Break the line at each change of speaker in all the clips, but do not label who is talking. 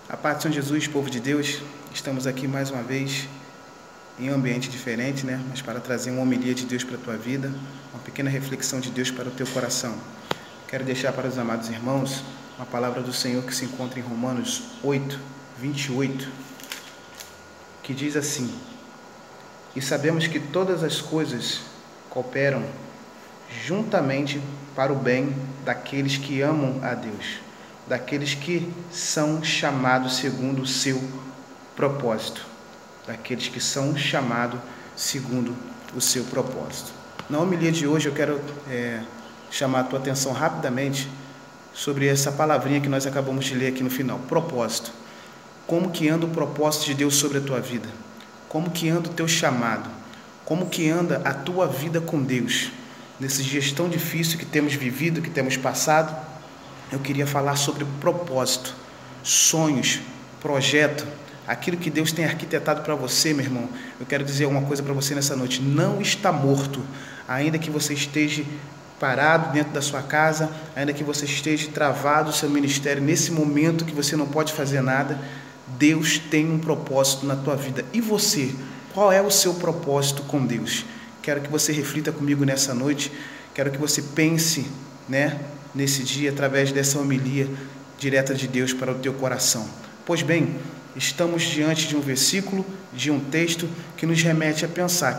A paz do Senhor Jesus, povo de Deus, estamos aqui mais uma vez em um ambiente diferente, mas para trazer uma homilia de Deus para a tua vida, uma pequena reflexão de Deus para o teu coração. Quero deixar para os amados irmãos uma palavra do Senhor que se encontra em Romanos 8, 28, que diz assim: E sabemos que todas as coisas cooperam juntamente para o bem daqueles que amam a Deus, daqueles que são chamados segundo o seu propósito. Daqueles que são chamados segundo o seu propósito. Na homilia de hoje eu quero chamar a tua atenção rapidamente sobre essa palavrinha que nós acabamos de ler aqui no final, propósito. Como que anda o propósito de Deus sobre a tua vida? Como que anda o teu chamado? Como que anda a tua vida com Deus? Nesses dias tão difíceis que temos vivido, que temos passado, eu queria falar sobre propósito, sonhos, projeto, aquilo que Deus tem arquitetado para você, meu irmão. Eu quero dizer uma coisa para você nessa noite: não está morto, ainda que você esteja parado dentro da sua casa, ainda que você esteja travado no seu ministério, nesse momento que você não pode fazer nada, Deus tem um propósito na tua vida. E você, qual é o seu propósito com Deus? Quero que você reflita comigo nessa noite, quero que você pense, nesse dia, através dessa homilia direta de Deus para o teu coração. Pois bem, estamos diante de um versículo, de um texto que nos remete a pensar,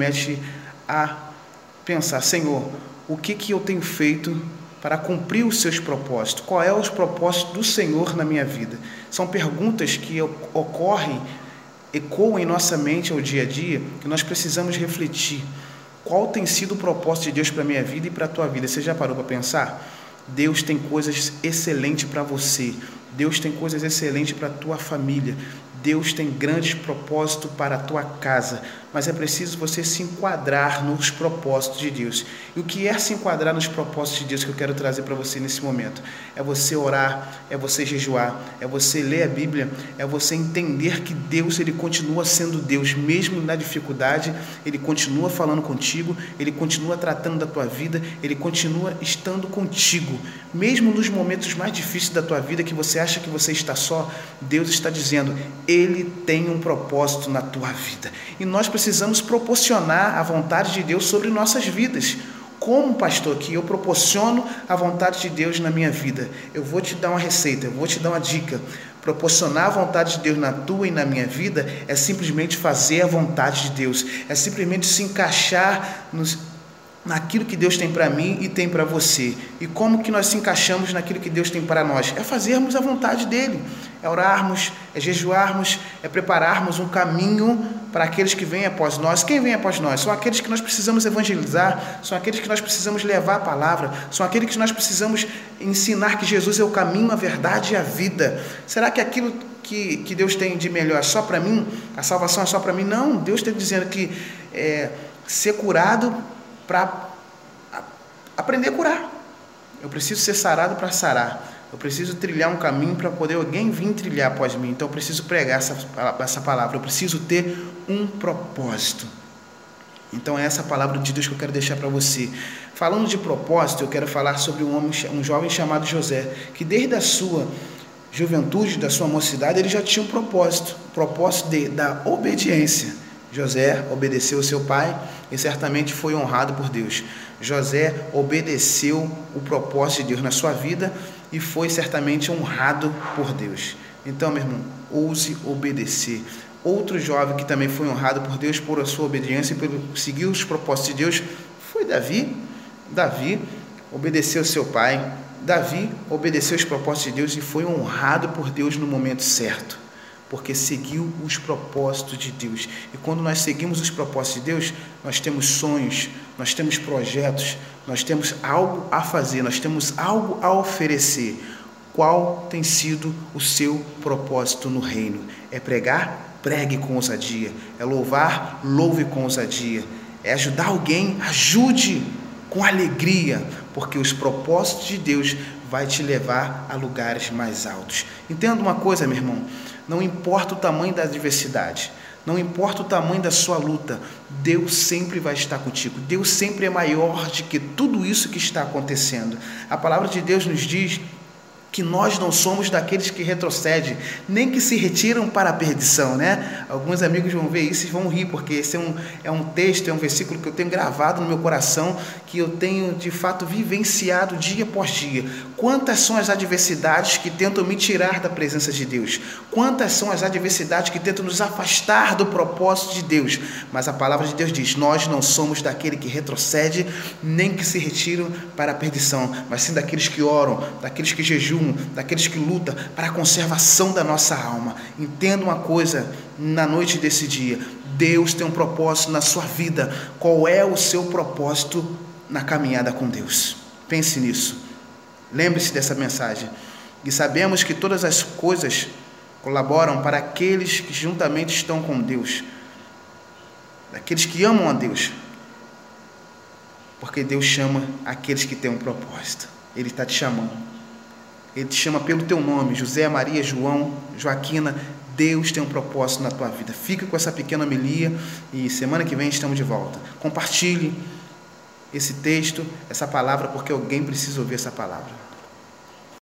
Senhor, o que eu tenho feito para cumprir os seus propósitos? Qual é os propósitos do Senhor na minha vida? São perguntas que ecoam em nossa mente ao dia a dia, que nós precisamos refletir. Qual tem sido o propósito de Deus para a minha vida e para a tua vida? Você já parou para pensar? Deus tem coisas excelentes para você. Deus tem coisas excelentes para a tua família. Deus tem grandes propósitos para a tua casa, mas é preciso você se enquadrar nos propósitos de Deus. E o que é se enquadrar nos propósitos de Deus que eu quero trazer para você nesse momento? É você orar, é você jejuar, é você ler a Bíblia, é você entender que Deus, Ele continua sendo Deus, mesmo na dificuldade, Ele continua falando contigo, Ele continua tratando da tua vida, Ele continua estando contigo. Mesmo nos momentos mais difíceis da tua vida, que você acha que você está só, Deus está dizendo: Ele tem um propósito na tua vida. E nós precisamos proporcionar a vontade de Deus sobre nossas vidas. Como, pastor, que eu proporciono a vontade de Deus na minha vida? Eu vou te dar uma receita, eu vou te dar uma dica. Proporcionar a vontade de Deus na tua e na minha vida é simplesmente fazer a vontade de Deus. É simplesmente se encaixar naquilo que Deus tem para mim e tem para você. E como que nós se encaixamos naquilo que Deus tem para nós? É fazermos a vontade dEle, é orarmos, é jejuarmos, é prepararmos um caminho para aqueles que vêm após nós. Quem vem após nós? São aqueles que nós precisamos evangelizar, são aqueles que nós precisamos levar a palavra, são aqueles que nós precisamos ensinar que Jesus é o caminho, a verdade e a vida. Será que aquilo que Deus tem de melhor é só para mim? A salvação é só para mim? Não, Deus está dizendo que ser curado para aprender a curar. Eu preciso ser sarado para sarar. Eu preciso trilhar um caminho para poder alguém vir trilhar após mim. Então eu preciso pregar essa palavra. Eu preciso ter um propósito. Então é essa palavra de Deus que eu quero deixar para você. Falando de propósito, eu quero falar sobre um jovem chamado José, que desde a sua juventude, da sua mocidade, ele já tinha um propósito. O propósito da obediência. José obedeceu seu pai e certamente foi honrado por Deus. José obedeceu o propósito de Deus na sua vida e foi certamente honrado por Deus. Então, meu irmão, ouse obedecer. Outro jovem que também foi honrado por Deus por a sua obediência e por seguir os propósitos de Deus foi Davi. Davi obedeceu seu pai. Davi obedeceu os propósitos de Deus e foi honrado por Deus no momento certo, porque seguiu os propósitos de Deus. E quando nós seguimos os propósitos de Deus, nós temos sonhos, nós temos projetos, nós temos algo a fazer, nós temos algo a oferecer. Qual tem sido o seu propósito no reino? É pregar? Pregue com ousadia. É louvar? Louve com ousadia. É ajudar alguém? Ajude com alegria, porque os propósitos de Deus vai te levar a lugares mais altos. Entenda uma coisa, meu irmão: não importa o tamanho da adversidade, não importa o tamanho da sua luta, Deus sempre vai estar contigo. Deus sempre é maior do que tudo isso que está acontecendo. A palavra de Deus nos diz que nós não somos daqueles que retrocedem, nem que se retiram para a perdição, né? Alguns amigos vão ver isso e vão rir, porque esse é um texto, é um versículo que eu tenho gravado no meu coração, que eu tenho de fato vivenciado dia após dia. Quantas são as adversidades que tentam me tirar da presença de Deus? Quantas são as adversidades que tentam nos afastar do propósito de Deus? Mas a palavra de Deus diz: nós não somos daquele que retrocede, nem que se retiram para a perdição, mas sim daqueles que oram, daqueles que jejuam, daqueles que lutam para a conservação da nossa alma. Entenda uma coisa na noite desse dia: Deus tem um propósito na sua vida. Qual é o seu propósito na caminhada com Deus? Pense nisso. Lembre-se dessa mensagem. E sabemos que todas as coisas colaboram para aqueles que juntamente estão com Deus, daqueles que amam a Deus, porque Deus chama aqueles que têm um propósito. Ele está te chamando. Ele te chama pelo teu nome: José, Maria, João, Joaquina. Deus tem um propósito na tua vida. Fica com essa pequena homilia e semana que vem estamos de volta. Compartilhe esse texto, essa palavra, porque alguém precisa ouvir essa palavra.